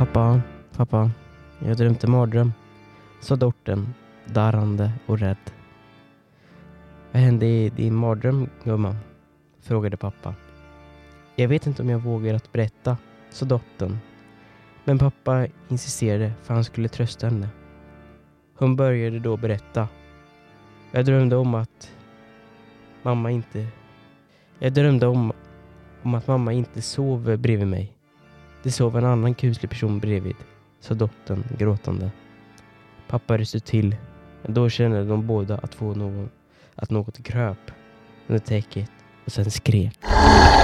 Pappa, jag drömde mardröm, sa dottern, darrande och rädd. Vad hände i din mardröm, gumman? Frågade pappa. Jag vet inte om jag vågar att berätta, sa dottern. Men pappa insisterade för han skulle trösta henne. Hon började då berätta. Jag drömde om att mamma inte sov bredvid mig. Det sov en annan kuslig person bredvid, sa dottern gråtande. Pappa ryste till. Då kände de båda att något kröp under täcket och sen skrek.